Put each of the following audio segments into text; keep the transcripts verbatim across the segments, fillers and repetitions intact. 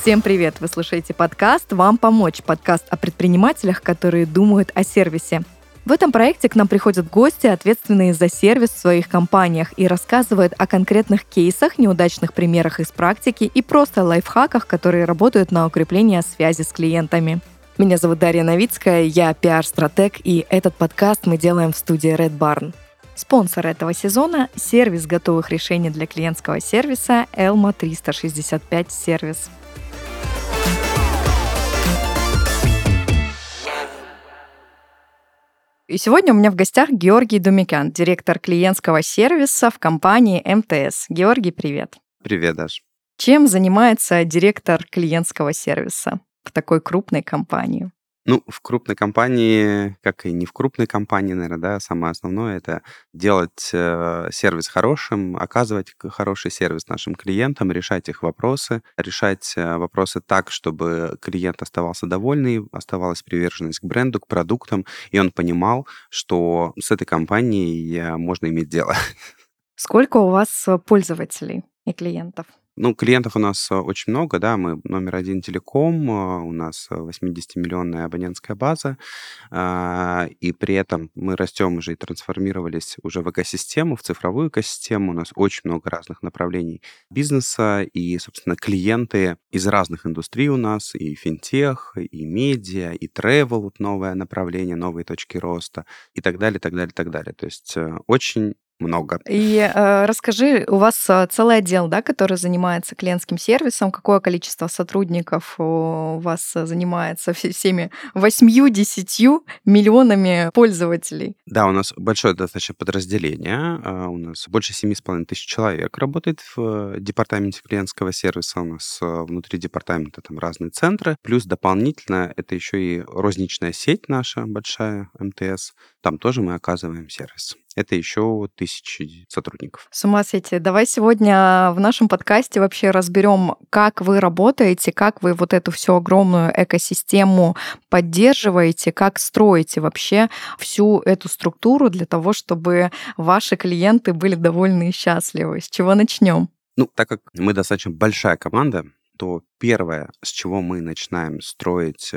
Всем привет! Вы слушаете подкаст «Вам помочь», подкаст о предпринимателях, которые думают о сервисе. В этом проекте к нам приходят гости, ответственные за сервис в своих компаниях, и рассказывают о конкретных кейсах, неудачных примерах из практики и просто лайфхаках, которые работают на укрепление связи с клиентами. Меня зовут Дарья Новицкая, я пиар-стратег, и этот подкаст мы делаем в студии Red Barn. Спонсор этого сезона — сервис готовых решений для клиентского сервиса Elma триста шестьдесят пять Сервис. И сегодня у меня в гостях Георгий Думикян, директор клиентского сервиса в компании эм тэ эс. Георгий, привет. Привет, Даш. Чем занимается директор клиентского сервиса в такой крупной компании? Ну, в крупной компании, как и не в крупной компании, наверное, да, самое основное — это делать э, сервис хорошим, оказывать хороший сервис нашим клиентам, решать их вопросы, решать э, вопросы так, чтобы клиент оставался довольный, оставалась приверженность к бренду, к продуктам, и он понимал, что с этой компанией э, можно иметь дело. Сколько у вас пользователей и клиентов? Ну, клиентов у нас очень много, да, мы номер один телеком, у нас восьмидесятимиллионная абонентская база, и при этом мы растем уже и трансформировались уже в экосистему, в цифровую экосистему. У нас очень много разных направлений бизнеса, и, собственно, клиенты из разных индустрий у нас, и финтех, и медиа, и travel, вот новое направление, новые точки роста, и так далее, так далее, так далее. То есть очень много. И э, расскажи, у вас целый отдел, да, который занимается клиентским сервисом. Какое количество сотрудников у вас занимается всеми восьмью-десятью миллионами пользователей? Да, у нас большое достаточно подразделение. У нас больше семи с половиной тысяч человек работает в департаменте клиентского сервиса. У нас внутри департамента там разные центры. Плюс дополнительно это еще и розничная сеть наша большая, эм тэ эс. Там тоже мы оказываем сервис. Это еще тысячи сотрудников. С ума сойти. Давай сегодня в нашем подкасте вообще разберем, как вы работаете, как вы вот эту всю огромную экосистему поддерживаете, как строите вообще всю эту структуру для того, чтобы ваши клиенты были довольны и счастливы. С чего начнем? Ну, так как мы достаточно большая команда, то первое, с чего мы начинаем строить,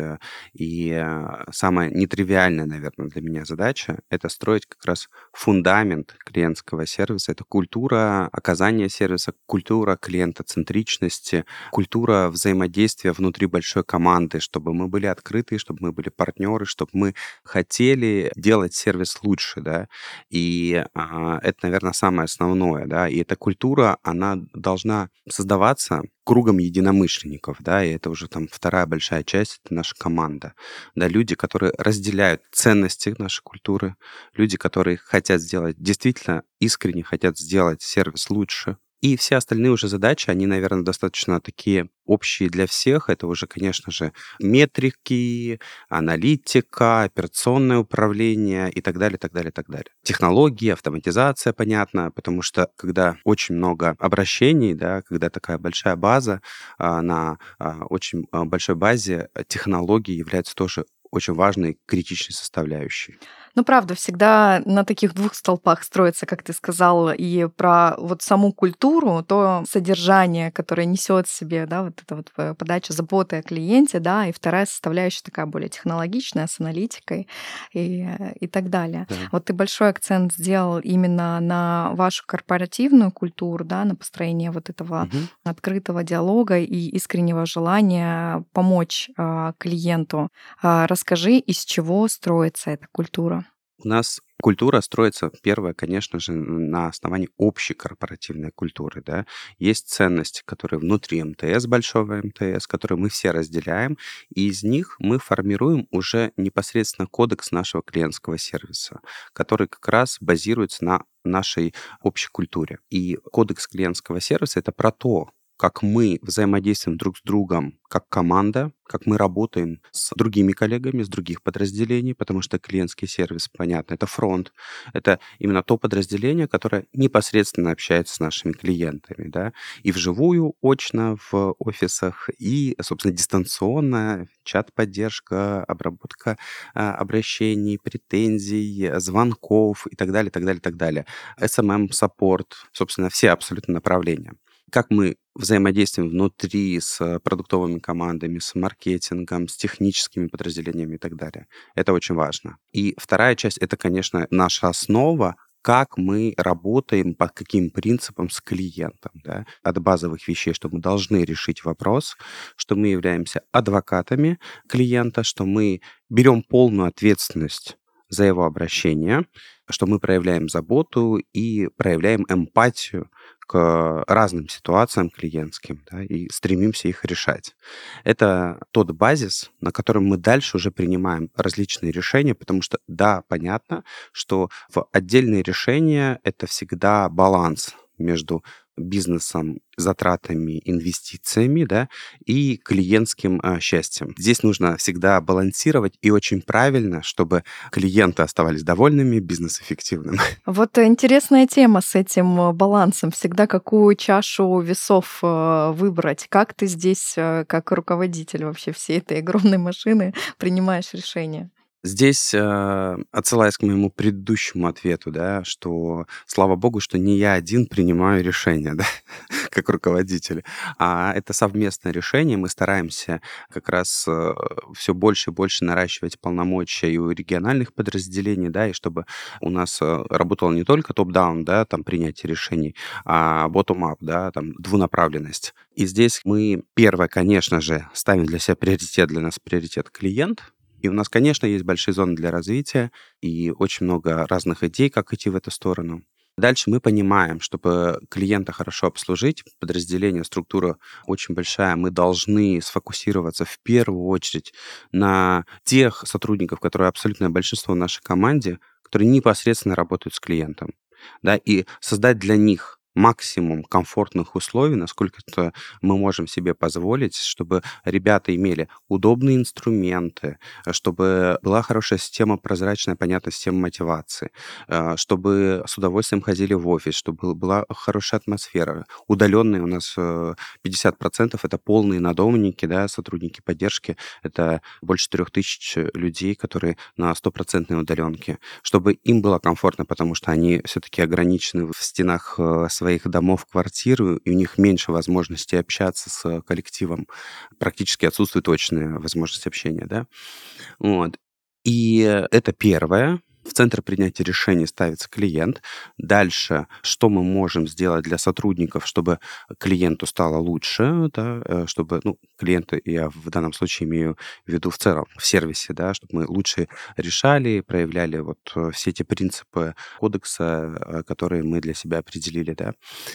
и самая нетривиальная, наверное, для меня задача, это строить как раз фундамент клиентского сервиса. Это культура оказания сервиса, культура клиентоцентричности, культура взаимодействия внутри большой команды, чтобы мы были открыты, чтобы мы были партнеры, чтобы мы хотели делать сервис лучше, да. И а, это, наверное, самое основное, да. И эта культура, она должна создаваться кругом единомышленников, да, и это уже там вторая большая часть, это наша команда, да, люди, которые разделяют ценности нашей культуры, люди, которые хотят сделать, действительно искренне хотят сделать сервис лучше. И все остальные уже задачи, они, наверное, достаточно такие общие для всех. Это уже, конечно же, метрики, аналитика, операционное управление и так далее, так далее, так далее. Технологии, автоматизация, понятно, потому что когда очень много обращений, да, когда такая большая база, на очень большой базе технологии являются тоже очень важной, критичной составляющей. Ну, правда, всегда на таких двух столпах строится, как ты сказал, и про вот саму культуру, то содержание, которое несет в себе, да, вот эта вот подача заботы о клиенте, да, и вторая составляющая такая более технологичная, с аналитикой и, и так далее. Да. Вот ты большой акцент сделал именно на вашу корпоративную культуру, да, на построение вот этого угу. открытого диалога и искреннего желания помочь а, клиенту. А, расскажи, из чего строится эта культура? У нас культура строится, первое, конечно же, на основании общей корпоративной культуры. Да? Есть ценности, которые внутри эм тэ эс, большого эм тэ эс, которые мы все разделяем, и из них мы формируем уже непосредственно кодекс нашего клиентского сервиса, который как раз базируется на нашей общей культуре. И кодекс клиентского сервиса — это про то, как мы взаимодействуем друг с другом как команда, как мы работаем с другими коллегами, с других подразделений, потому что клиентский сервис, понятно, это фронт, это именно то подразделение, которое непосредственно общается с нашими клиентами, да, и вживую, очно в офисах, и, собственно, дистанционно, чат-поддержка, обработка а, обращений, претензий, звонков и так далее, так далее, так далее. эс эм эм-саппорт, собственно, все абсолютно направления. как мы взаимодействуем внутри с продуктовыми командами, с маркетингом, с техническими подразделениями и так далее. Это очень важно. И вторая часть — это, конечно, наша основа, как мы работаем, по каким принципам с клиентом. Да? От базовых вещей, что мы должны решить вопрос, что мы являемся адвокатами клиента, что мы берем полную ответственность за его обращение, что мы проявляем заботу и проявляем эмпатию к разным ситуациям клиентским, да, и стремимся их решать. Это тот базис, на котором мы дальше уже принимаем различные решения, потому что, да, понятно, что в отдельные решения это всегда баланс между бизнесом, затратами, инвестициями, да, и клиентским а, счастьем. Здесь нужно всегда балансировать и очень правильно, чтобы клиенты оставались довольными, бизнес эффективным. Вот интересная тема с этим балансом. Всегда какую чашу весов э, выбрать? Как ты здесь, э, как руководитель вообще всей этой огромной машины, принимаешь решение? Здесь, э, отсылаясь к моему предыдущему ответу, да, что, слава богу, что не я один принимаю решения, да, как руководитель, а это совместное решение. Мы стараемся как раз все больше и больше наращивать полномочия и у региональных подразделений, да, и чтобы у нас э, работало не только топ-даун, да, там принятие решений, а bottom-up, да, там двунаправленность. И здесь мы, первое, конечно же, ставим для себя приоритет, для нас приоритет клиент. И у нас, конечно, есть большие зоны для развития и очень много разных идей, как идти в эту сторону. Дальше мы понимаем, чтобы клиента хорошо обслужить, подразделение, структура очень большая, мы должны сфокусироваться в первую очередь на тех сотрудников, которые абсолютное большинство в нашей команде, которые непосредственно работают с клиентом, да, и создать для них максимум комфортных условий, насколько это мы можем себе позволить, чтобы ребята имели удобные инструменты, чтобы была хорошая система, прозрачная, понятная система мотивации, э, чтобы с удовольствием ходили в офис, чтобы была хорошая атмосфера. Удаленные у нас э, пятьдесят процентов это полные надомники, да, сотрудники поддержки. Это больше трех тысяч людей, которые на стопроцентной удаленке. Чтобы им было комфортно, потому что они все-таки ограничены в стенах э, своих домов, квартир, и у них меньше возможности общаться с коллективом. Практически отсутствует очная возможность общения, да. Вот. И это первое. В центр принятия решений ставится клиент. Дальше, что мы можем сделать для сотрудников, чтобы клиенту стало лучше, да, э, чтобы, ну, клиенты, я в данном случае имею в виду в целом, в сервисе, да, чтобы мы лучше решали, проявляли вот э, все эти принципы кодекса, э, которые мы для себя определили, да.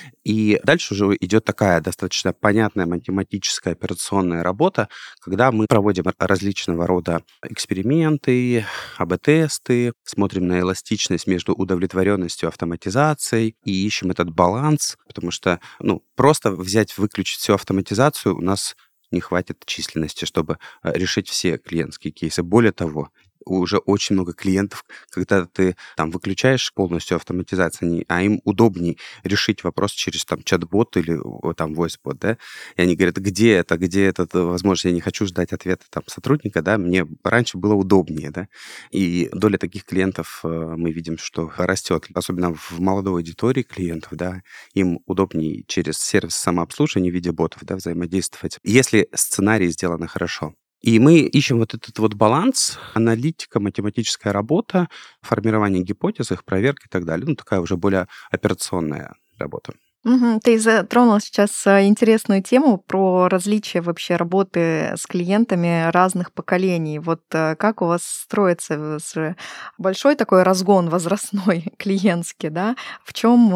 И дальше уже идет такая достаточно понятная математическая операционная работа, когда мы проводим различного рода эксперименты, а бэ-тесты, смотрим на эластичность между удовлетворенностью автоматизацией и ищем этот баланс, потому что, ну, просто взять, выключить всю автоматизацию у нас не хватит численности, чтобы э, решить все клиентские кейсы. Более того, уже очень много клиентов, когда ты там выключаешь полностью автоматизацию, они- а им удобнее решить вопрос через там чат-бот или о, там voice-бот, да, и они говорят, где это, где это, возможно, я не хочу ждать ответа там сотрудника, да, мне раньше было удобнее, да, и доля таких клиентов э, мы видим, что растет, особенно в молодой аудитории клиентов, да, им удобнее через сервис самообслуживания в виде ботов, да, взаимодействовать, если сценарий сделаны хорошо. И мы ищем вот этот вот баланс, аналитика, математическая работа, формирование гипотез, их проверка и так далее. Ну, такая уже более операционная работа. Мгм. Ты затронул сейчас э, интересную тему про различия вообще работы с клиентами разных поколений. Вот э, как у вас строится э, с- большой такой разгон возрастной клиентский, да? В чем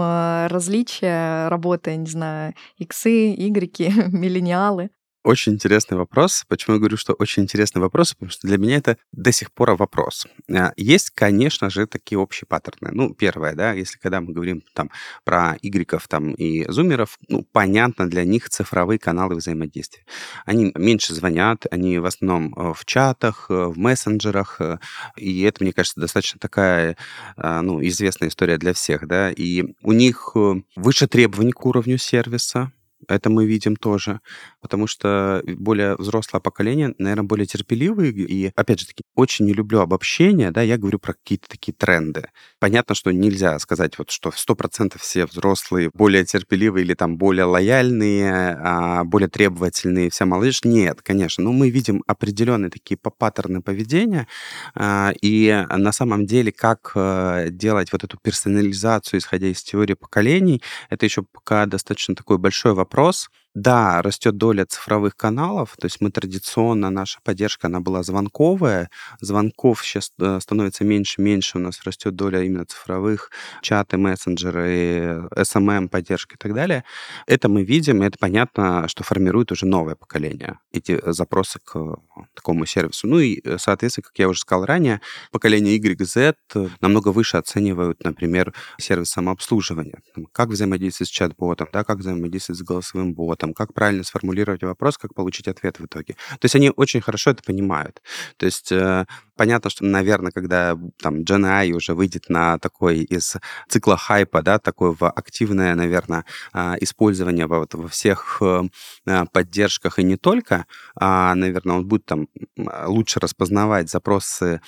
различие работы, не знаю, иксы, игреки, миллениалы? Очень интересный вопрос. Почему я говорю, что очень интересный вопрос? Потому что для меня это до сих пор вопрос. А, Есть, конечно же, такие общие паттерны. Ну, первое, да, если когда мы говорим там про игреков там и зумеров, ну, понятно, для них цифровые каналы взаимодействия. Они меньше звонят, они в основном э, в чатах, э, в мессенджерах, э, и это, мне кажется, достаточно такая, а, ну, известная история для всех, да, и у них э, выше требований к уровню сервиса, Это мы видим тоже, потому что более взрослое поколение, наверное, более терпеливые. И, опять же таки, очень не люблю обобщения, да, я говорю про какие-то такие тренды. Понятно, что нельзя сказать, вот, что сто процентов все взрослые более терпеливые или там более лояльные, а, более требовательные, вся молодежь. Нет, конечно. Но мы видим определенные такие паттерны поведения. а, И на самом деле, как э, делать вот эту персонализацию, исходя из теории поколений, это еще пока достаточно такой большой вопрос. Да, растет доля цифровых каналов, то есть мы традиционно, наша поддержка, она была звонковая, звонков сейчас э, становится меньше-меньше, у нас растет доля именно цифровых, чаты, мессенджеры, эс эм эм-поддержка и так далее. Это мы видим, и это понятно, что формирует уже новое поколение, эти запросы к э, такому сервису. Ну и, э, соответственно, как я уже сказал ранее, поколение Y, Z намного выше оценивают, например, сервис самообслуживания. Там, как взаимодействовать с чат-ботом, да, как взаимодействовать с голосовым ботом, как правильно сформулировать вопрос, как получить ответ в итоге. То есть они очень хорошо это понимают. То есть э, понятно, что, наверное, когда там Gen A I уже выйдет на такой из цикла хайпа, да, такое в активное, наверное, а, использование во, вот, во всех э, а, поддержках и не только, а, наверное, он будет там м, лучше распознавать запросы,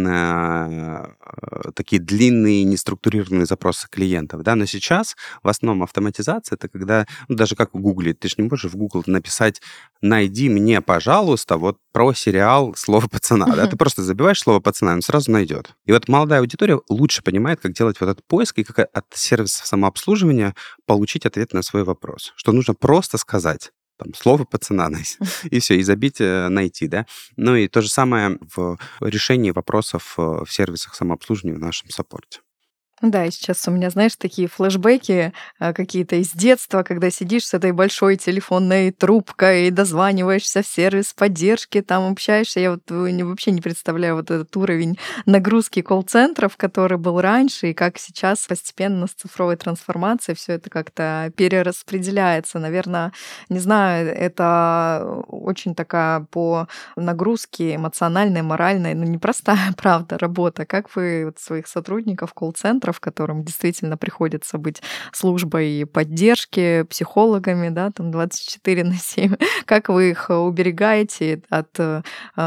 а, такие длинные, неструктурированные запросы клиентов, да, но сейчас в основном автоматизация — это когда, ну, даже как в Гугле, ты же не можешь в Google написать «найди мне, пожалуйста, вот про сериал «Слово пацана», да, ты просто забиваешь «Слово пацана», он сразу найдет. И вот молодая аудитория лучше понимает, как делать вот этот поиск и как от сервиса самообслуживания получить ответ на свой вопрос, что нужно просто сказать там, слово пацана, и все, и забить, э, найти, да. Ну и то же самое в решении вопросов э, в сервисах самообслуживания в нашем саппорте. Да, и сейчас у меня, знаешь, такие флешбеки а, какие-то из детства, когда сидишь с этой большой телефонной трубкой и дозваниваешься в сервис поддержки, там общаешься. Я вот э, не- вообще не представляю вот этот уровень нагрузки колл-центров, который был раньше, и как сейчас постепенно с цифровой трансформацией все это как-то перераспределяется. Наверное, не знаю, это очень такая по нагрузке эмоциональной, моральной, ну, непростая, правда, работа. Как вы вот своих сотрудников колл-центров, которым действительно приходится быть службой поддержки, психологами, да, там двадцать четыре на семь, как вы их уберегаете от э,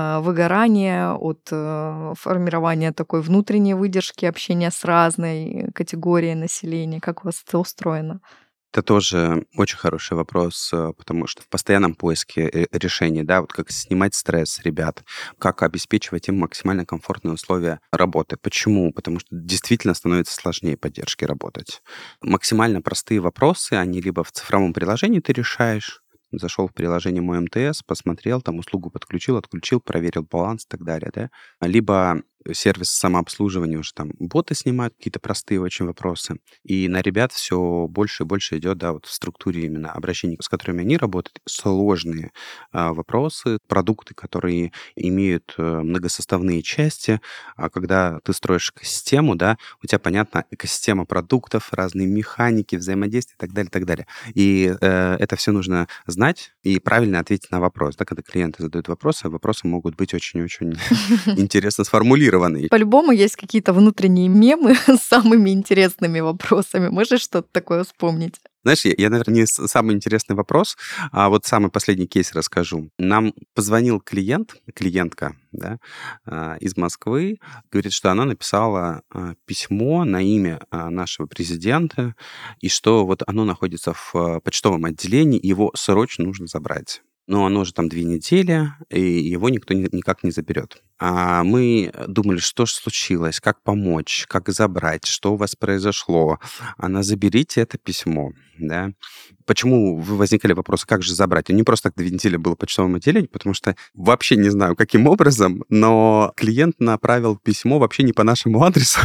выгорания, от э, формирования такой внутренней выдержки, общения с разной категорией населения? Как у вас это устроено? Это тоже очень хороший вопрос, э, потому что в постоянном поиске э, решений, да, вот как снимать стресс с ребят, как обеспечивать им максимально комфортные условия работы. Почему? Потому что действительно становится сложнее поддержки работать. Максимально простые вопросы, они либо в цифровом приложении ты решаешь, зашел в приложение «Мой МТС», посмотрел, там услугу подключил, отключил, проверил баланс и так далее, да. Либо сервис самообслуживания уже там боты снимают какие-то простые очень вопросы. И на ребят все больше и больше идет, да, вот в структуре именно обращений, с которыми они работают, сложные а, вопросы, продукты, которые имеют э, многосоставные части. А когда ты строишь экосистему, да, у тебя, понятно, экосистема продуктов, разные механики, взаимодействия и так далее, и так далее. И э, это все нужно знать и правильно ответить на вопрос. Да, когда клиенты задают вопросы, вопросы могут быть очень-очень интересно сформулированы. По-любому есть какие-то внутренние мемы с самыми интересными вопросами. Можешь что-то такое вспомнить? Знаешь, я, я, наверное, не с- самый интересный вопрос, а вот самый последний кейс расскажу. Нам позвонил клиент, клиентка, да, а, из Москвы, говорит, что она написала а, письмо на имя а, нашего президента, и что вот оно находится в а, почтовом отделении, и его срочно нужно забрать. Но оно уже там две недели, и его никто ни- никак не заберет. А мы думали, что же случилось, как помочь, как забрать, что у вас произошло. Она: заберите это письмо, да. Почему вы- возникали вопросы, как же забрать? Ну, не просто так две недели было в почтовом отделении, потому что вообще не знаю, каким образом, но клиент направил письмо вообще не по нашему адресу,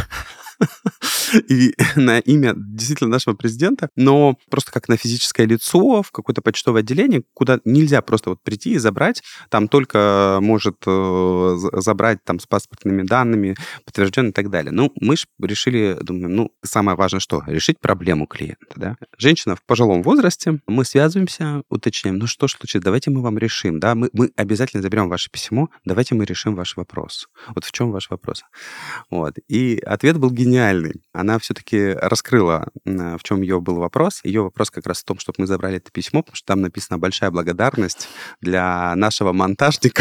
и на имя действительно нашего президента, но просто как на физическое лицо в какое-то почтовое отделение, куда нельзя просто вот прийти и забрать. Там только может э, за- забрать там с паспортными данными, подтвержденно и так далее. Ну, мы же решили, думаем, ну, самое важное что? Решить проблему клиента, да. Женщина в пожилом возрасте, мы связываемся, уточняем, ну что ж случилось, давайте мы вам решим, да, мы, мы обязательно заберем ваше письмо, давайте мы решим ваш вопрос. Вот в чем ваш вопрос? Вот. И ответ был гениальный. гениальный. Она все-таки раскрыла, в чем ее был вопрос. Ее вопрос как раз в том, чтобы мы забрали это письмо, потому что там написана большая благодарность для нашего монтажника,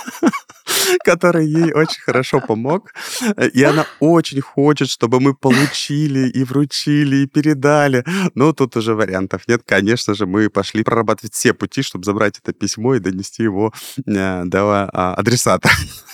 который ей очень хорошо помог. И она очень хочет, чтобы мы получили и вручили, и передали. Но тут уже вариантов нет. Конечно же, мы пошли прорабатывать все пути, чтобы забрать это письмо и донести его до адресата.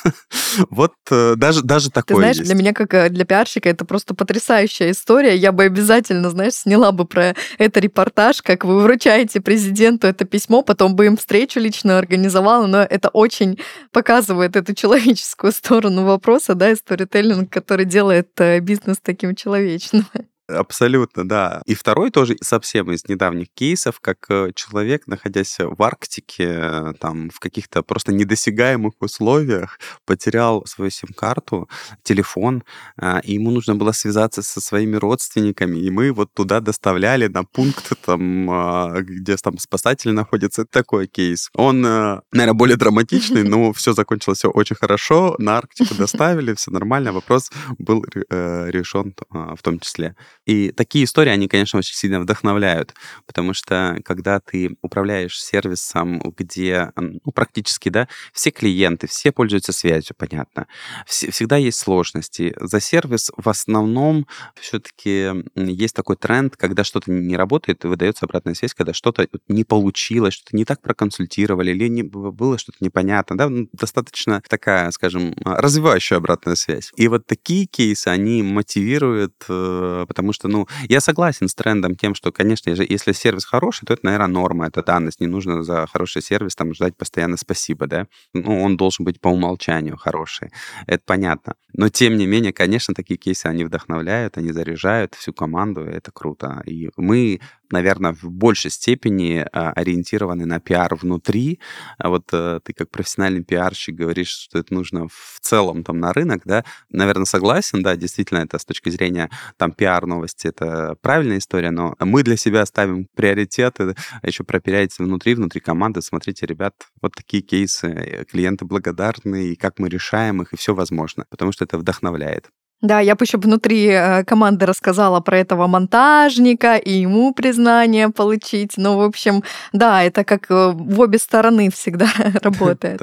Вот даже, даже такое Ты знаешь, есть. Для меня, как для пиарщика, это просто потрясающая история. Я бы обязательно, знаешь, сняла бы про это репортаж, как вы вручаете президенту это письмо, потом бы им встречу лично организовала, но это очень показывает эту человеческую сторону вопроса, да, и сторителлинг, который делает бизнес таким человечным. Абсолютно, да. И второй тоже совсем из недавних кейсов, как человек, находясь в Арктике, там, в каких-то просто недосягаемых условиях, потерял свою сим-карту, телефон, и ему нужно было связаться со своими родственниками, и мы вот туда доставляли на пункт, там, где там спасатели находятся. Это такой кейс. Он, наверное, более драматичный, но все закончилось все очень хорошо. На Арктику доставили, все нормально, вопрос был решен в том числе. И такие истории, они, конечно, очень сильно вдохновляют, потому что когда ты управляешь сервисом, где ну, практически, да, все клиенты, все пользуются связью, понятно, Вс- всегда есть сложности. За сервис в основном все-таки есть такой тренд, когда что-то не работает, выдается обратная связь, когда что-то не получилось, что-то не так проконсультировали, или не, было что-то непонятно, да, ну, достаточно такая, скажем, развивающая обратная связь. И вот такие кейсы, они мотивируют, потому что, ну, я согласен с трендом тем, что, конечно, если сервис хороший, то это, наверное, норма, это данность. Не нужно за хороший сервис там ждать постоянно спасибо, да. Ну, он должен быть по умолчанию хороший. Это понятно. Но, тем не менее, конечно, такие кейсы, они вдохновляют, они заряжают всю команду, и это круто. И мы, наверное, в большей степени ориентированы на пиар внутри. А вот ты как профессиональный пиарщик говоришь, что это нужно в целом там на рынок, да. Наверное, согласен, да, действительно, это с точки зрения там пиар новости, это правильная история, но мы для себя ставим приоритеты, еще пропиарить внутри, внутри команды. Смотрите, ребят, вот такие кейсы, клиенты благодарны, и как мы решаем их, и все возможно, потому что это вдохновляет. Да, я бы еще внутри команды рассказала про этого монтажника и ему признание получить. Ну, в общем, да, это как в обе стороны всегда работает.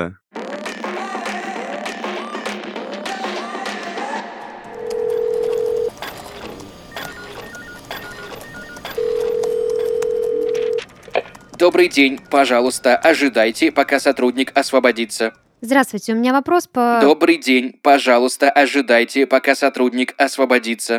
Добрый день, пожалуйста, ожидайте, пока сотрудник освободится. Здравствуйте, у меня вопрос по... Добрый день, пожалуйста, ожидайте, пока сотрудник освободится.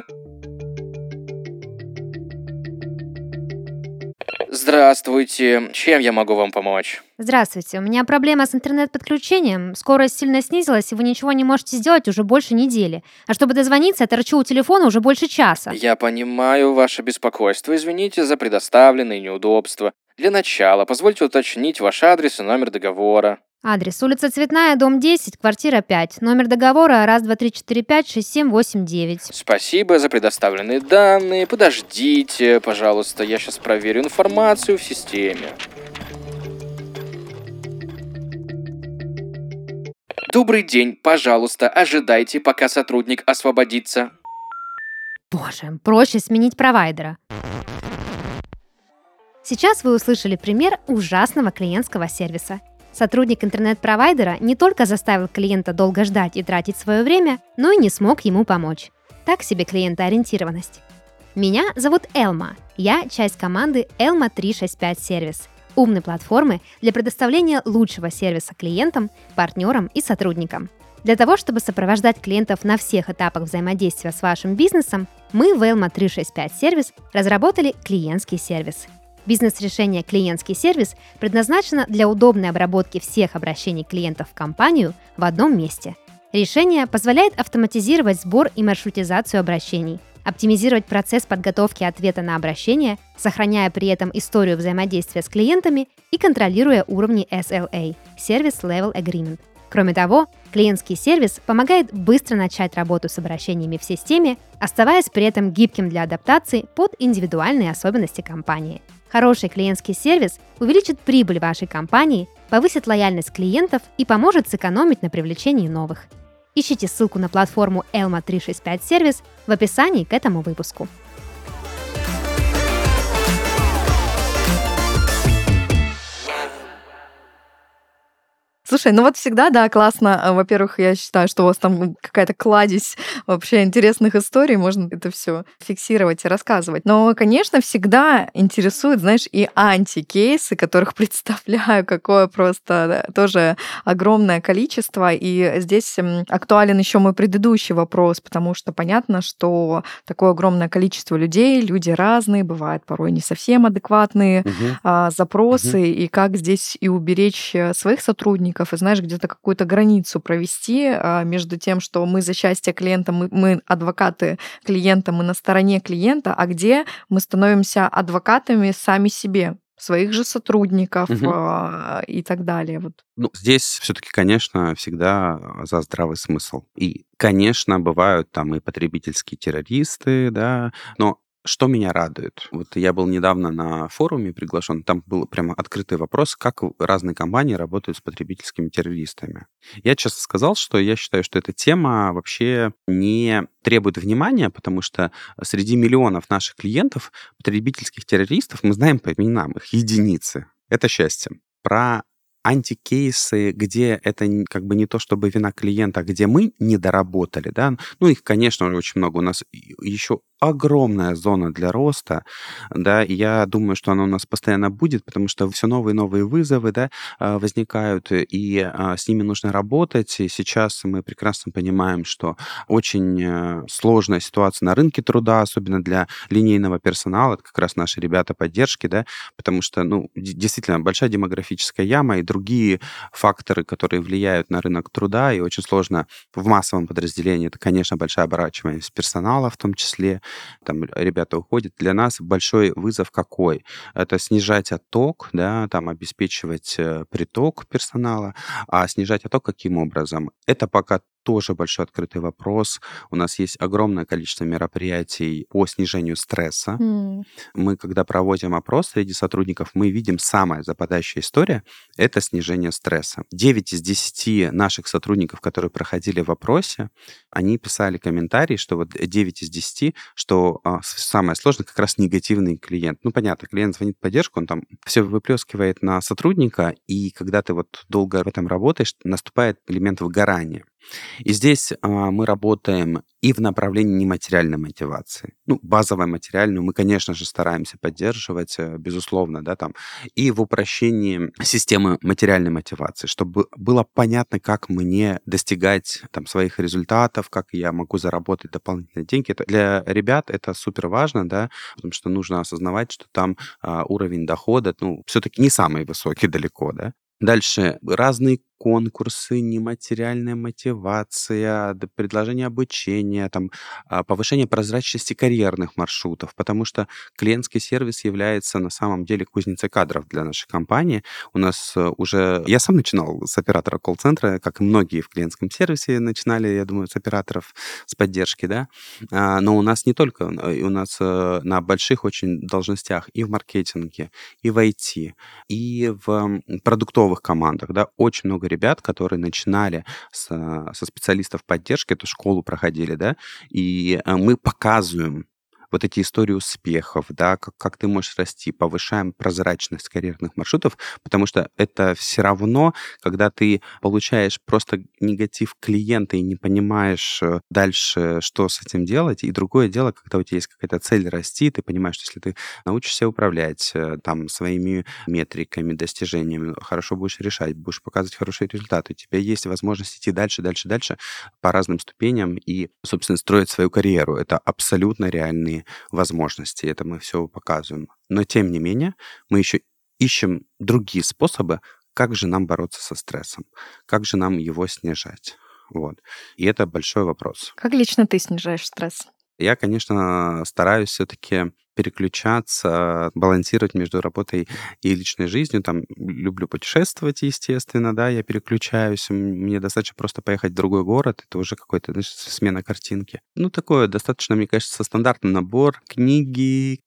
Здравствуйте, чем я могу вам помочь? Здравствуйте, у меня проблема с интернет-подключением. Скорость сильно снизилась, и вы ничего не можете сделать уже больше недели. А чтобы дозвониться, я торчу у телефона уже больше часа. Я понимаю ваше беспокойство. Извините за предоставленные неудобства. Для начала позвольте уточнить ваш адрес и номер договора. Адрес: улица Цветная, дом десять, квартира пять. Номер договора раз, два, три, четыре, пять, шесть, семь, восемь, девять. Спасибо за предоставленные данные. Подождите, пожалуйста, я сейчас проверю информацию в системе. Добрый день, пожалуйста, ожидайте, пока сотрудник освободится. Боже, проще сменить провайдера. Сейчас вы услышали пример ужасного клиентского сервиса. Сотрудник интернет-провайдера не только заставил клиента долго ждать и тратить свое время, но и не смог ему помочь. Так себе клиентоориентированность. Меня зовут Элма. Я часть команды Элма триста шестьдесят пять сервис. Умной платформы для предоставления лучшего сервиса клиентам, партнерам и сотрудникам. Для того, чтобы сопровождать клиентов на всех этапах взаимодействия с вашим бизнесом, мы в Элма триста шестьдесят пять сервис разработали клиентский сервис. Бизнес-решение «Клиентский сервис» предназначено для удобной обработки всех обращений клиентов в компанию в одном месте. Решение позволяет автоматизировать сбор и маршрутизацию обращений, оптимизировать процесс подготовки ответа на обращение, сохраняя при этом историю взаимодействия с клиентами и контролируя уровни эс эл эй – Service Level Agreement. Кроме того, клиентский сервис помогает быстро начать работу с обращениями в системе, оставаясь при этом гибким для адаптации под индивидуальные особенности компании. Хороший клиентский сервис увеличит прибыль вашей компании, повысит лояльность клиентов и поможет сэкономить на привлечении новых. Ищите ссылку на платформу Elma триста шестьдесят пять сервис в описании к этому выпуску. Слушай, ну вот всегда, да, классно. Во-первых, я считаю, что у вас там какая-то кладезь вообще интересных историй, можно это все фиксировать и рассказывать. Но, конечно, всегда интересует, знаешь, и антикейсы, которых представляю, какое просто да, тоже огромное количество. И здесь актуален еще мой предыдущий вопрос, потому что понятно, что такое огромное количество людей, люди разные, бывают порой не совсем адекватные Мгм. а, запросы, Мгм. и как здесь и уберечь э, своих сотрудников, и знаешь, где-то какую-то границу провести а, между тем, что мы за счастье клиента, мы, мы адвокаты клиента, мы на стороне клиента, а где мы становимся адвокатами сами себе, своих же сотрудников Мгм. а, и так далее. Вот. Ну, здесь все-таки, конечно, всегда за здравый смысл. И, конечно, бывают там и потребительские террористы, да, но что меня радует? Вот я был недавно на форуме приглашен, там был прямо открытый вопрос, как в- разные компании работают с потребительскими террористами. Я честно сказал, что я считаю, что эта тема вообще не требует внимания, потому что среди миллионов наших клиентов потребительских террористов мы знаем по именам, их единицы. Это счастье. Про антикейсы, где это н- как бы не то чтобы вина клиента, а где мы не доработали, да, ну их, конечно, очень много. У нас и- еще огромная зона для роста, да, и я думаю, что она у нас постоянно будет, потому что все новые и новые вызовы, да, а, возникают, и а, с ними нужно работать. И сейчас мы прекрасно понимаем, что очень э, сложная ситуация на рынке труда, особенно для линейного персонала, это как раз наши ребята поддержки, да, потому что, ну, д- действительно, большая демографическая яма и другие факторы, которые влияют на рынок труда, и очень сложно в массовом подразделении, это, конечно, большая оборачиваемость персонала в том числе, там ребята уходят. Для нас большой вызов какой? Это снижать отток, да, там обеспечивать э, приток персонала, а снижать отток каким образом? Это пока тоже большой открытый вопрос. У нас есть огромное количество мероприятий по снижению стресса. М. Мы, когда проводим опрос среди сотрудников, мы видим самая западающая история– это снижение стресса. девять из десяти наших сотрудников, которые проходили в опросе, они писали комментарии, что вот девять из десяти, что а, с- самое сложное как раз негативный клиент. Ну, понятно, клиент звонит в поддержку, он там все выплескивает на сотрудника, и когда ты вот долго в этом работаешь, наступает элемент выгорания. И здесь а, мы работаем и в направлении нематериальной мотивации. Ну, базовая материальную мы, конечно же, стараемся поддерживать, э, безусловно, да, там, и в упрощении системы материальной мотивации, чтобы было понятно, как мне достигать там своих результатов, как я могу заработать дополнительные деньги. Это для ребят это супер важно, да, потому что нужно осознавать, что там а, уровень дохода, ну, все-таки не самый высокий далеко, да. Дальше разные конкурсы, нематериальная мотивация, д- предложение обучения, там, а, повышение прозрачности карьерных маршрутов, потому что клиентский сервис является на самом деле кузницей кадров для нашей компании. У нас э, уже... Я сам начинал с оператора колл-центра, как и многие в клиентском сервисе начинали, я думаю, с операторов с поддержки, да. А, Но у нас не только, э, у нас э, на больших очень должностях и в маркетинге, и в ай ти, и в м, продуктовых командах, да, очень много ребят, которые начинали с, а, со специалистов поддержки, эту школу проходили, да, и а, мы показываем вот эти истории успехов, да, как, как ты можешь расти, повышаем прозрачность карьерных маршрутов, потому что это все равно, когда ты получаешь просто негатив клиента и не понимаешь э, дальше, что с этим делать, и другое дело, когда у тебя есть какая-то цель расти, ты понимаешь, что если ты научишься управлять э, там своими метриками, достижениями, хорошо будешь решать, будешь показывать хорошие результаты, у тебя есть возможность идти дальше, дальше, дальше по разным ступеням и, собственно, строить свою карьеру. Это абсолютно реальные возможности, это мы все показываем. Но, тем не менее, мы еще ищем другие способы, как же нам бороться со стрессом, как же нам его снижать. Вот. И это большой вопрос. Как лично ты снижаешь стресс? Я, конечно, стараюсь все-таки переключаться, балансировать между работой и личной жизнью. Там люблю путешествовать, естественно, да, я переключаюсь. М, Мне достаточно просто поехать в другой город, это уже какой-то, знаешь, смена картинки. Ну, такое достаточно, мне кажется, стандартный набор. Книги,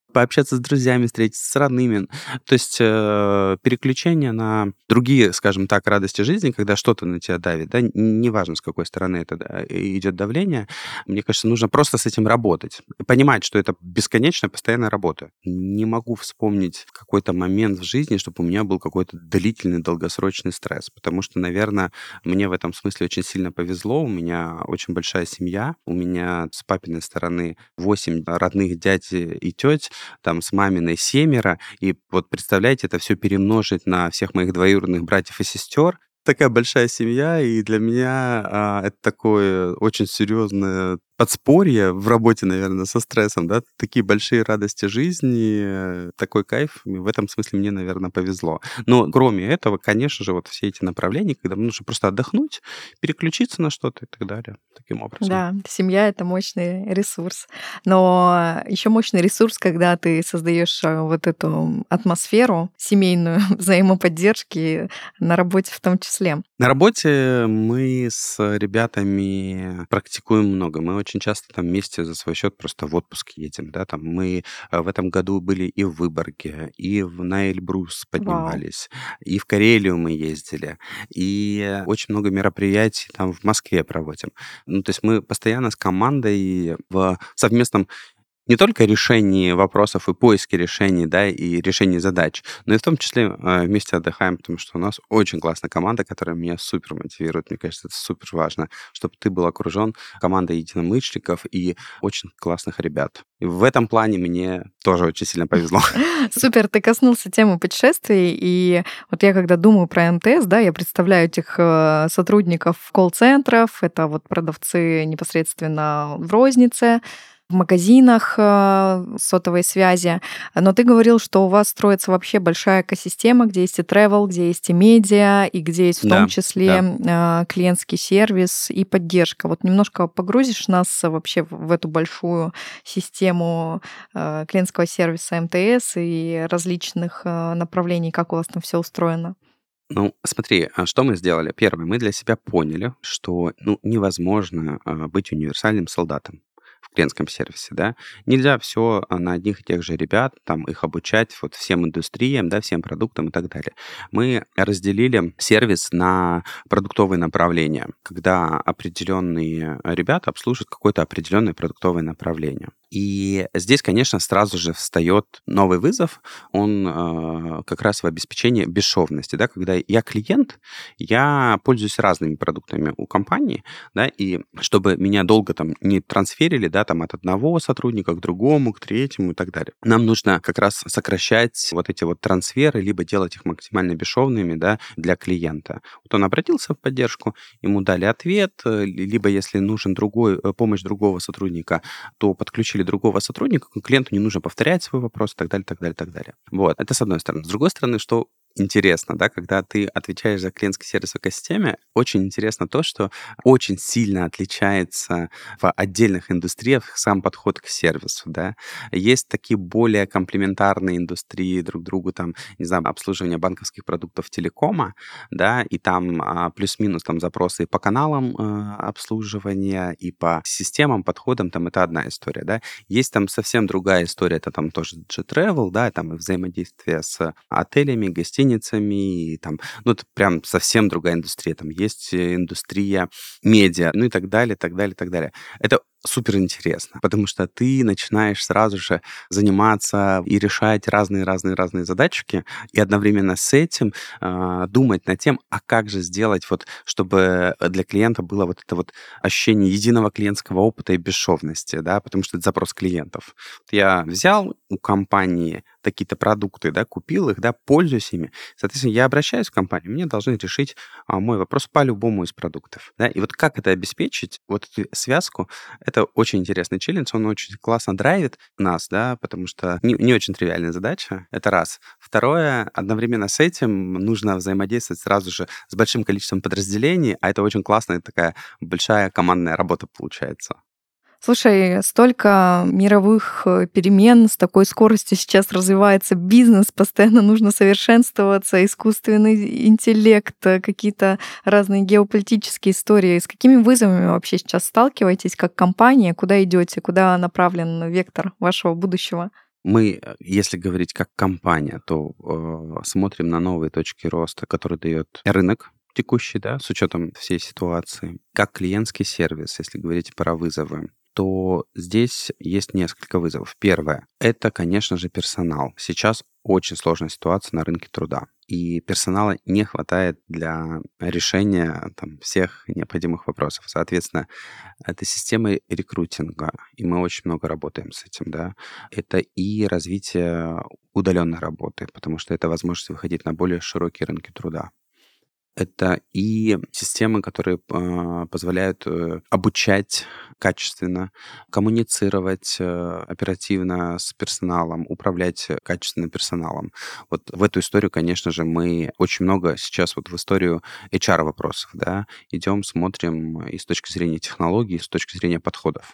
пообщаться с друзьями, встретиться с родными. То есть э, переключение на другие, скажем так, радости жизни, когда что-то на тебя давит, да, н- неважно, с какой стороны это да, идет давление, мне кажется, нужно просто с этим работать. И понимать, что это бесконечная, постоянная работа. Не могу вспомнить какой-то момент в жизни, чтобы у меня был какой-то длительный, долгосрочный стресс, потому что, наверное, мне в этом смысле очень сильно повезло. У меня очень большая семья. У меня с папиной стороны восемь родных дядь и теть, там с маминой семеро. И вот представляете, это все перемножить на всех моих двоюродных братьев и сестер. Такая большая семья, и для меня а, это такое очень серьезное подспорье в работе, наверное, со стрессом, да, такие большие радости жизни, э, такой кайф. И в этом смысле мне, наверное, повезло. Но кроме этого, конечно же, вот все эти направления, когда нужно просто отдохнуть, переключиться на что-то и так далее, таким образом. Да, семья — это мощный ресурс. Но еще мощный ресурс, когда ты создаешь э, вот эту атмосферу семейную взаимоподдержки на работе в том числе. На работе мы с ребятами практикуем много. Мы очень часто там вместе за свой счет просто в отпуск едем, да, там мы э, в этом году были и в Выборге, и в, на Эльбрус Вау. поднимались, и в Карелию мы ездили, и очень много мероприятий там в Москве проводим. Ну, то есть мы постоянно с командой в совместном не только решении вопросов и поиске решений, да, и решении задач, но и в том числе э, вместе отдыхаем, потому что у нас очень классная команда, которая меня супер мотивирует. Мне кажется, это супер важно, чтобы ты был окружен командой единомышленников и очень классных ребят. И в этом плане мне тоже очень сильно повезло. Супер, ты коснулся темы путешествий, и вот я когда думаю про эм тэ эс, да, я представляю этих э, сотрудников колл-центров, это вот продавцы непосредственно в рознице, в магазинах э, сотовой связи. Но ты говорил, что у вас строится вообще большая экосистема, где есть и travel, где есть и медиа, и где есть в том Да, числе да. э, клиентский сервис и поддержка. Вот немножко погрузишь нас вообще в в эту большую систему э, клиентского сервиса эм тэ эс и различных э, направлений, как у вас там все устроено? Ну, смотри, а что мы сделали? Первое, мы для себя поняли, что ну, невозможно а, быть универсальным солдатом в клиентском сервисе, да. Нельзя все на одних и тех же ребят, там, их обучать вот всем индустриям, да, всем продуктам и так далее. Мы разделили сервис на продуктовые направления, когда определенные ребята обслуживают какое-то определенное продуктовое направление. И здесь, конечно, сразу же встает новый вызов, он э, как раз в обеспечении бесшовности, да, когда я клиент, я пользуюсь разными продуктами у компании, да, и чтобы меня долго там не трансферили, да, там от одного сотрудника к другому, к третьему и так далее. Нам нужно как раз сокращать вот эти вот трансферы, либо делать их максимально бесшовными, да, для клиента. Вот он обратился в поддержку, ему дали ответ, э, либо если нужен другой, э, помощь другого сотрудника, то подключили другого сотрудника, клиенту не нужно повторять свой вопрос и так далее, так далее, так далее. Вот, это с одной стороны. С другой стороны, что интересно, да, когда ты отвечаешь за клиентский сервис в экосистеме, очень интересно то, что очень сильно отличается в отдельных индустриях сам подход к сервису, да. Есть такие более комплементарные индустрии друг другу, там, не знаю, обслуживание банковских продуктов телекома, да, и там а, плюс-минус там запросы и по каналам а, обслуживания, и по системам, подходам, там, это одна история, да. Есть там совсем другая история, это там тоже J-Travel, да, там и взаимодействие с отелями, гостиницами, и там, ну, это прям совсем другая индустрия. Там есть индустрия медиа, ну и так далее, так далее, так далее. Это супер интересно, потому что ты начинаешь сразу же заниматься и решать разные-разные-разные задачки, и одновременно с этим э, думать над тем, а как же сделать, вот, чтобы для клиента было вот это вот ощущение единого клиентского опыта и бесшовности, да, потому что это запрос клиентов. Вот я взял у компании какие-то продукты, да, купил их, да, пользуюсь ими. Соответственно, я обращаюсь в компанию, мне должны решить а, мой вопрос по любому из продуктов, да, и вот как это обеспечить, вот эту связку, это очень интересный челлендж, он очень классно драйвит нас, да, потому что не, не очень тривиальная задача, это раз. Второе, одновременно с этим нужно взаимодействовать сразу же с большим количеством подразделений, а это очень классная такая большая командная работа получается. Слушай, столько мировых э, перемен, с такой скоростью сейчас развивается бизнес, постоянно нужно совершенствоваться, искусственный интеллект, э, какие-то разные геополитические истории. С какими вызовами вы вообще сейчас сталкиваетесь как компания? Куда идете? Куда направлен вектор вашего будущего? Мы, э, если говорить как компания, то э, смотрим на новые точки роста, которые дает рынок текущий, да, с учетом всей ситуации. Как клиентский сервис, если говорить про вызовы, то здесь есть несколько вызовов. Первое — это, конечно же, персонал. Сейчас очень сложная ситуация на рынке труда, и персонала не хватает для решения там всех необходимых вопросов. Соответственно, это системы рекрутинга, и мы очень много работаем с этим, да. Это и развитие удаленной работы, потому что это возможность выходить на более широкие рынки труда. Это и системы, которые а, позволяют э, обучать качественно, коммуницировать э, оперативно с персоналом, управлять э, качественным персоналом. Вот в эту историю, конечно же, мы очень много сейчас вот в историю эйч ар-вопросов, да, идем, смотрим и с точки зрения технологий, и с точки зрения подходов.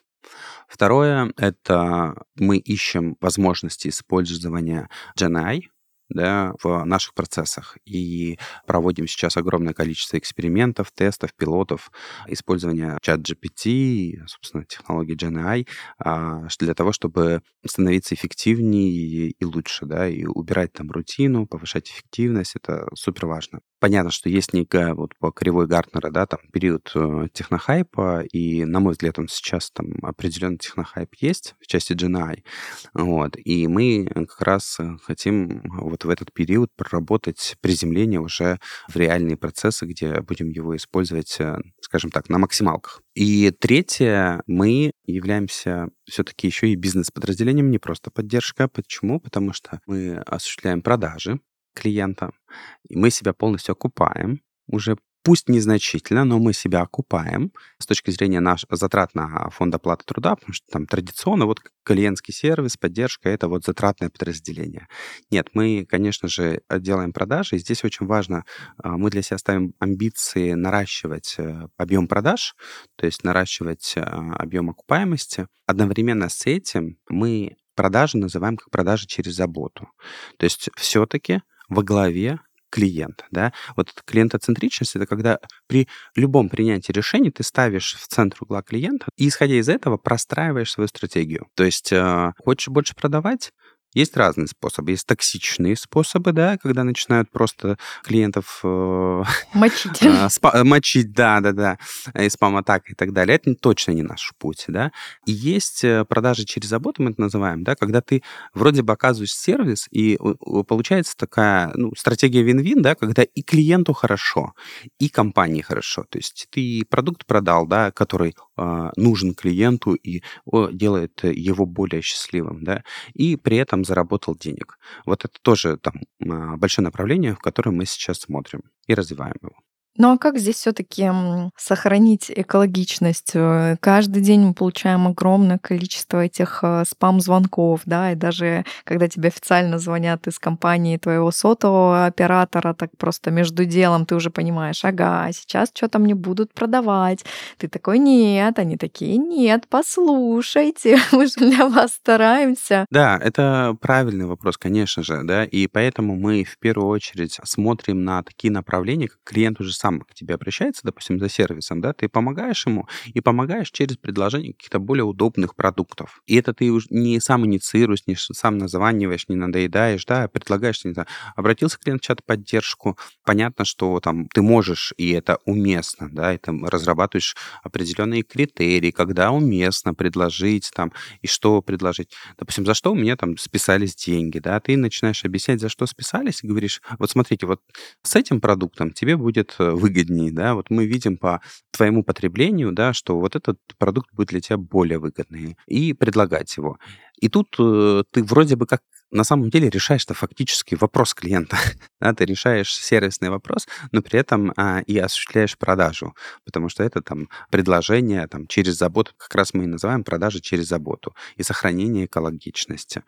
Второе — это мы ищем возможности использования джен эй ай, да, в наших процессах. И проводим сейчас огромное количество экспериментов, тестов, пилотов, использования чат джи пи ти, собственно, технологии джен эй ай, а, ш- для того, чтобы становиться эффективнее и лучше, да, и убирать там рутину, повышать эффективность. Это супер важно. Понятно, что есть некая вот по кривой Гартнера, да, там период э, технохайпа, и, на мой взгляд, он сейчас там определенный технохайп есть в части джен эй ай. Вот. И мы как раз э, хотим вот в этот период проработать приземление уже в реальные процессы, где будем его использовать, э, скажем так, на максималках. И третье, мы являемся все-таки еще и бизнес-подразделением, не просто поддержка. Почему? Потому что мы осуществляем продажи клиента, и мы себя полностью окупаем уже, пусть незначительно, но мы себя окупаем с точки зрения наш, затрат на фонд оплаты труда, потому что там традиционно вот клиентский сервис, поддержка — это вот затратное подразделение. Нет, мы, конечно же, делаем продажи, и здесь очень важно, а, мы для себя ставим амбиции наращивать э, объем продаж, то есть наращивать а, объем окупаемости. Одновременно с этим мы продажи называем как продажи через заботу. То есть все-таки во главе клиент, да. Вот эта клиентоцентричность — это когда при любом принятии решений ты ставишь в центр угла клиента и, исходя из этого, простраиваешь свою стратегию. То есть э, хочешь больше продавать? Есть разные способы. Есть токсичные способы, да, когда начинают просто клиентов э, Мочить. а, спа- мочить, да, да, да, и спам-атак и так далее. Это не- точно не наш путь, да. И есть э, продажи через заботу, мы это называем, да, когда ты вроде бы оказываешь сервис, и у- у- получается такая, ну, стратегия вин-вин, да, когда и клиенту хорошо, и компании хорошо. То есть ты продукт продал, да, который а, нужен клиенту и о, делает его более счастливым, да, и при этом заработал денег. Вот это тоже там а, большое направление, в котором мы сейчас смотрим и развиваем его. Ну а как здесь все-таки сохранить экологичность? Э, Каждый день мы получаем огромное количество этих э, спам-звонков, да, и даже когда тебе официально звонят из компании твоего сотового оператора, так просто между делом ты уже понимаешь, ага, сейчас что-то мне будут продавать. Ты такой, нет, они такие, нет, послушайте, мы же для вас стараемся. Да, это правильный вопрос, конечно же, да, и поэтому мы в первую очередь смотрим на такие направления, как клиент уже сам к тебе обращается, допустим, за сервисом, да, ты помогаешь ему и помогаешь через предложение каких-то более удобных продуктов. И это ты уже не сам инициируешь, не ш- сам названиваешь, не надоедаешь, да, а предлагаешь, не знаю, обратился клиент в чат-поддержку, понятно, что там ты можешь, и это уместно, да, и ты разрабатываешь определенные критерии, когда уместно предложить там, и что предложить. Допустим, за что у меня там списались деньги, да, ты начинаешь объяснять, за что списались, и говоришь, вот смотрите, вот с этим продуктом тебе будет э, выгоднее, да, вот мы видим по твоему потреблению, да, что вот этот продукт будет для тебя более выгодный, и предлагать его. И тут э, ты вроде бы как на самом деле решаешь-то фактически вопрос клиента, да, ты решаешь сервисный вопрос, но при этом а, и осуществляешь продажу, потому что это там предложение там через заботу, как раз мы и называем продажи через заботу и сохранение экологичности.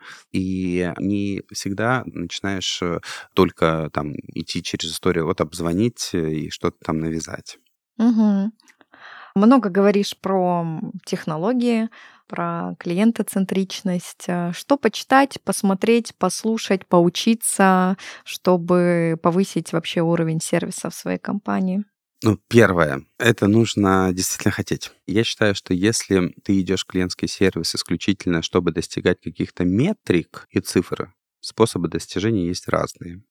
И не всегда начинаешь э, только там идти через историю, вот обзвонить э, и что-то там навязать. Мгм. Много говоришь про м, технологии, про клиентоцентричность. Э, Что почитать, посмотреть, послушать, поучиться, чтобы повысить вообще уровень сервиса в своей компании? Ну, первое, это нужно действительно хотеть. Я считаю, что если ты идешь в клиентский сервис исключительно, чтобы достигать каких-то метрик и цифр, способы достижения есть разные.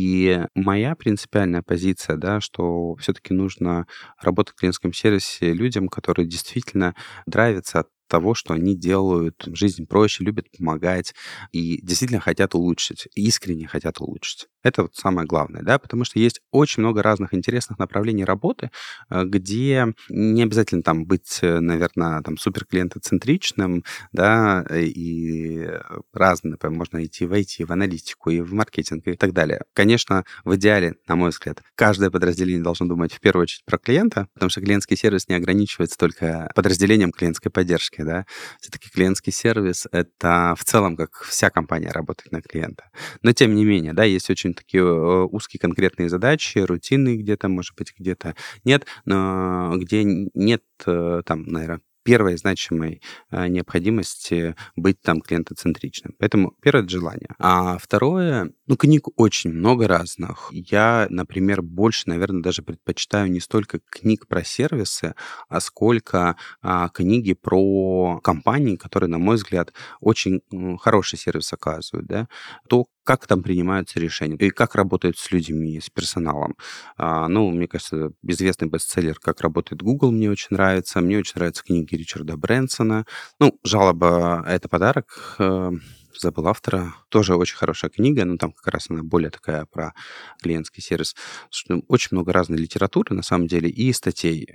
И моя принципиальная позиция, да, что все-таки нужно работать в клиентском сервисе людям, которые действительно драйвятся от того, что они делают жизнь проще, любят помогать и действительно хотят улучшить, искренне хотят улучшить. Это вот самое главное, да, потому что есть очень много разных интересных направлений работы, э, где не обязательно там быть, э, наверное, там суперклиентоцентричным, да, э, и разные, например, можно идти в ай ти, в аналитику, и в маркетинг, и так далее. Конечно, в идеале, на мой взгляд, каждое подразделение должно думать в первую очередь про клиента, потому что клиентский сервис не ограничивается только подразделением клиентской поддержки, да. Все-таки клиентский сервис — это в целом как вся компания работает на клиента. Но тем не менее, да, есть очень такие э, узкие конкретные задачи, рутинные где-то, может быть, где-то нет, но где нет э, там, наверное, первой значимой э, необходимости быть там клиентоцентричным. Поэтому первое — это желание. А второе, ну, книг очень много разных. Я, например, больше, наверное, даже предпочитаю не столько книг про сервисы, а сколько а, книги про компании, которые, на мой взгляд, очень м, хороший сервис оказывают, да, то, как там принимаются решения, и как работают с людьми, с персоналом. А, ну, мне кажется, известный бестселлер «Как работает Google» мне очень нравится. Мне очень нравятся книги Ричарда Брэнсона. Ну, «Жалоба — это подарок». э, Забыл автора. Тоже очень хорошая книга, но там как раз она более такая про клиентский сервис. Слушай, ну, очень много разной литературы, на самом деле, и статей.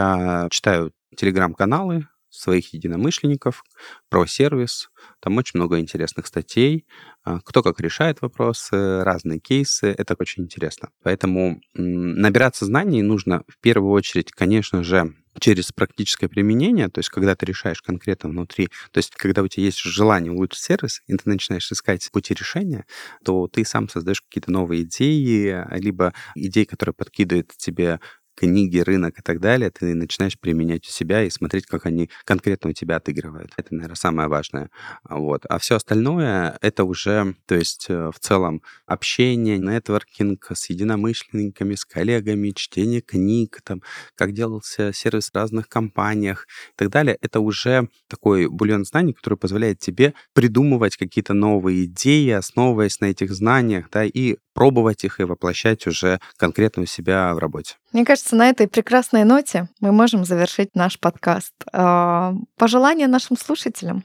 Я читаю телеграм-каналы своих единомышленников про сервис. Там очень много интересных статей. а, Кто как решает вопросы, разные кейсы. Это очень интересно. Поэтому м, набираться знаний нужно в первую очередь, конечно же, через практическое применение, то есть когда ты решаешь конкретно внутри, то есть когда у тебя есть желание улучшить сервис, и ты начинаешь искать пути решения, то ты сам создаешь какие-то новые идеи, либо идеи, которые подкидывают тебе книги, рынок и так далее, ты начинаешь применять у себя и смотреть, как они конкретно у тебя отыгрывают. Это, наверное, самое важное. А Вот. А все остальное — это уже, то есть э, в целом общение, нетворкинг с единомышленниками, с коллегами, чтение книг, там, как делался сервис в разных компаниях и так далее. Это уже такой бульон знаний, который позволяет тебе придумывать какие-то новые идеи, основываясь на этих знаниях, да, и пробовать их и воплощать уже конкретно у себя в работе. Мне кажется, на этой прекрасной ноте мы можем завершить наш подкаст. А, Пожелания нашим слушателям.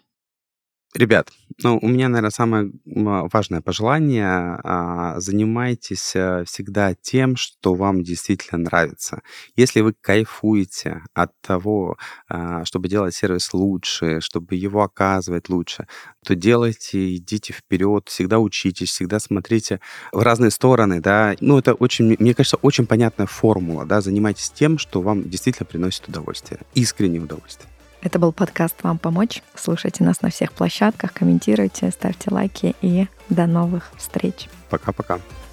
Ребят, ну, у меня, наверное, самое м, важное пожелание. а, Занимайтесь э, всегда тем, что вам действительно нравится. Если вы кайфуете от того, а, чтобы делать сервис лучше, чтобы его оказывать лучше, то делайте, идите вперед, всегда учитесь, всегда смотрите в разные стороны, да. Ну, это очень, мне кажется, очень понятная формула, да. Занимайтесь тем, что вам действительно приносит удовольствие, искреннее удовольствие. Это был подкаст «Вам помочь». Слушайте нас на всех площадках, комментируйте, ставьте лайки и до новых встреч. Пока-пока.